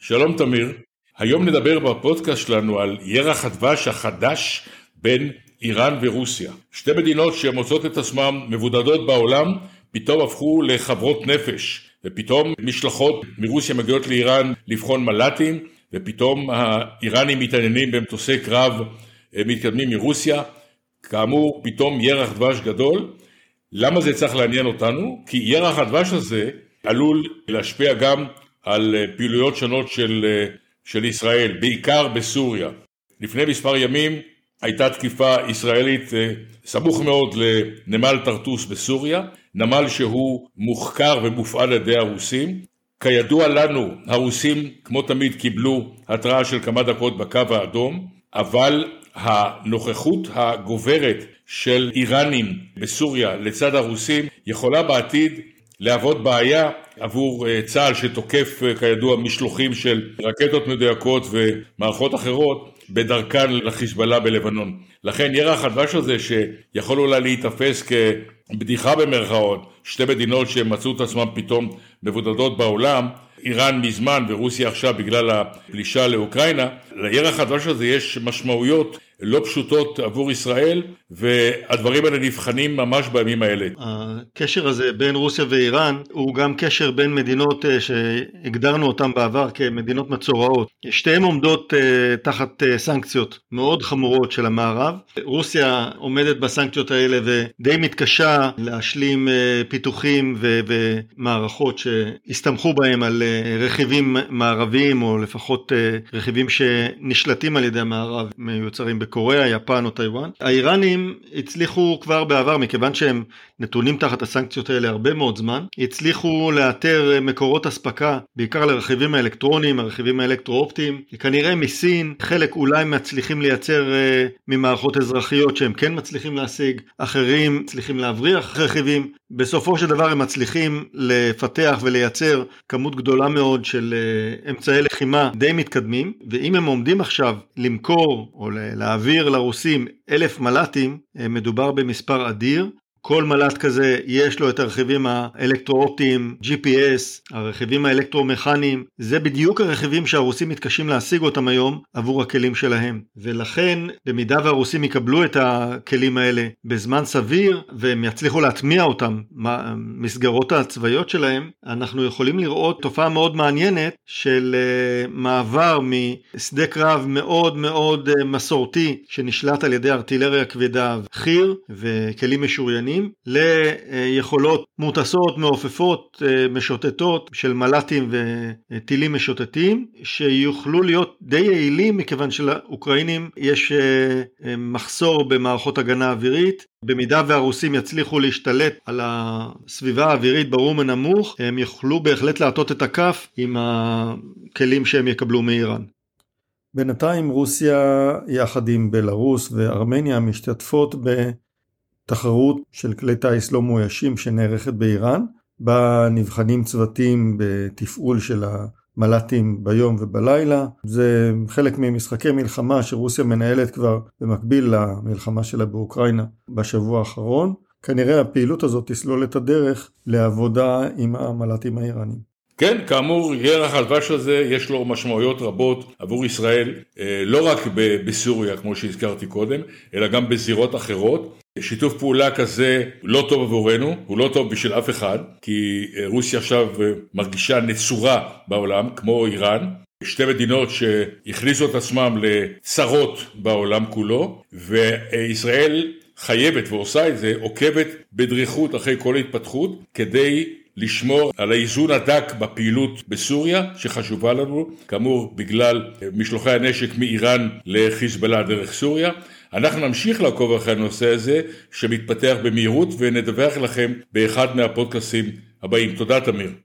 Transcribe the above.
שלום תמיר, היום נדבר בפודקאסט שלנו על ירח הדבש החדש בין איראן ורוסיה. שתי מדינות שמוצאות את עצמן מבודדות בעולם, פתאום הפכו לחברות נפש, ופתאום משלחות מרוסיה מגיעות לאיראן לבחון מל"טים, ופתאום האיראנים מתעניינים במטוסי קרב מתקדמים מרוסיה. כאמור, פתאום ירח דבש גדול. למה זה צריך לעניין אותנו? כי ירח הדבש הזה עלול להשפיע גם על פעילויות שונות של ישראל, בעיקר בסוריה. לפני מספר ימים הייתה תקיפה ישראלית סמוך מאוד לנמל טרטוס בסוריה, נמל שהוא מוחקר ומופעל על ידי הרוסים. כידוע לנו, הרוסים כמו תמיד קיבלו התראה של כמה דקות בקו האדום, אבל הנוכחות הגוברת של איראנים בסוריה לצד הרוסים יכולה בעתיד להוות בעיה עבור צה"ל שתוקף כידוע משלוחים של רקטות מדויקות ומערכות אחרות בדרכן לחיזבאללה בלבנון. לכן ירח הדבש הזה שיכול אולי להתאפס כבדיחה במרכאות, שתי מדינות שמצאו את עצמם פתאום מבודדות בעולם, איראן מזמן ורוסיה עכשיו בגלל הפלישה לאוקראינה, לירח הדבש הזה יש משמעויות לא פשוטות עבור ישראל, והדברים האלה נבחנים ממש בימים האלה. הקשר הזה בין רוסיה ואיראן הוא גם קשר בין מדינות שהגדרנו אותן בעבר כמדינות מצורעות. שתיהן עומדות תחת סנקציות מאוד חמורות של המערב. רוסיה עומדת בסנקציות האלה ודי מתקשה להשלים פיתוחים ומערכות שהסתמכו בהם על רכיבים מערביים, או לפחות רכיבים שנשלטים על ידי המערב, מיוצרים בקוריאה, יפן או טיואן. האיראנים הצליחו כבר בעבר, מכיוון שהם נתונים תחת הסנקציות האלה הרבה מאוד זמן, הצליחו לאתר מקורות הספקה, בעיקר לרכיבים האלקטרוניים, הרכיבים האלקטרואופטיים, כנראה מסין, חלק אולי מצליחים לייצר ממערכות אזרחיות שהם כן מצליחים להשיג, אחרים מצליחים להבריח רכיבים, בסופו של דבר הם מצליחים לפתח ולייצר כמות גדולה מאוד של אמצעי לחימה די מתקדמים, ואם הם עומדים עכשיו למכור או להעביר לרוסים 1,000 מל"טים, מדובר במספר אדיר. כל מל"ט כזה יש לו את הרכיבים האלקטרואופטיים, GPS, הרכיבים האלקטרומכניים, זה בדיוק הרכיבים שהרוסים מתקשים להשיג אותם היום עבור הכלים שלהם. ולכן, במידה והרוסים יקבלו את הכלים האלה בזמן סביר, והם יצליחו להטמיע אותם מסגרות הצבאיות שלהם, אנחנו יכולים לראות תופעה מאוד מעניינת של מעבר משדה קרב מאוד מאוד מסורתי, שנשלט על ידי ארטילריה כבדה, חי"ר וכלים משוריינים, ליכולות מוטסות, מעופפות, משוטטות של מל"טים וטילים משוטטים, שיוכלו להיות די יעילים, מכיוון שלאוקראינים יש מחסור במערכות הגנה אווירית. במידה והרוסים יצליחו להשתלט על הסביבה האווירית ברום ונמוך, הם יוכלו בהחלט להטות את הכף עם הכלים שהם יקבלו מאיראן. בינתיים רוסיה יחד עם בלרוס וארמניה משתתפות תחרות של כלי טייס לא מאוישים שנערכת באיראן, בה נבחנים צוותים בתפעול של המל"טים ביום ובלילה. זה חלק ממשחקי מלחמה שרוסיה מנהלת כבר במקביל למלחמה שלה באוקראינה בשבוע האחרון. כנראה הפעילות הזאת תסלול את הדרך לעבודה עם המל"טים האיראנים. כן, כאמור, ירח הדבש הזה יש לו משמעויות רבות עבור ישראל, לא רק בסוריה כמו שהזכרתי קודם, אלא גם בזירות אחרות. שיתוף פעולה כזה לא טוב עבורנו, הוא לא טוב בשביל אף אחד, כי רוסיה עכשיו מרגישה נצורה בעולם כמו איראן, שתי מדינות שהכניסו את עצמם לצרות בעולם כולו, וישראל חייבת ועושה את זה, עוקבת בדריכות אחרי כל התפתחות, כדי לשמור על האיזון הדק בפעילות בסוריה, שחשובה לנו, כאמור בגלל משלוחי הנשק מאיראן לחיזבאללה דרך סוריה. אנחנו נמשיך לעקוב אחרי הנושא הזה שמתפתח במהירות, ונדווח לכם באחד מהפודקאסטים הבאים. תודה תמיר.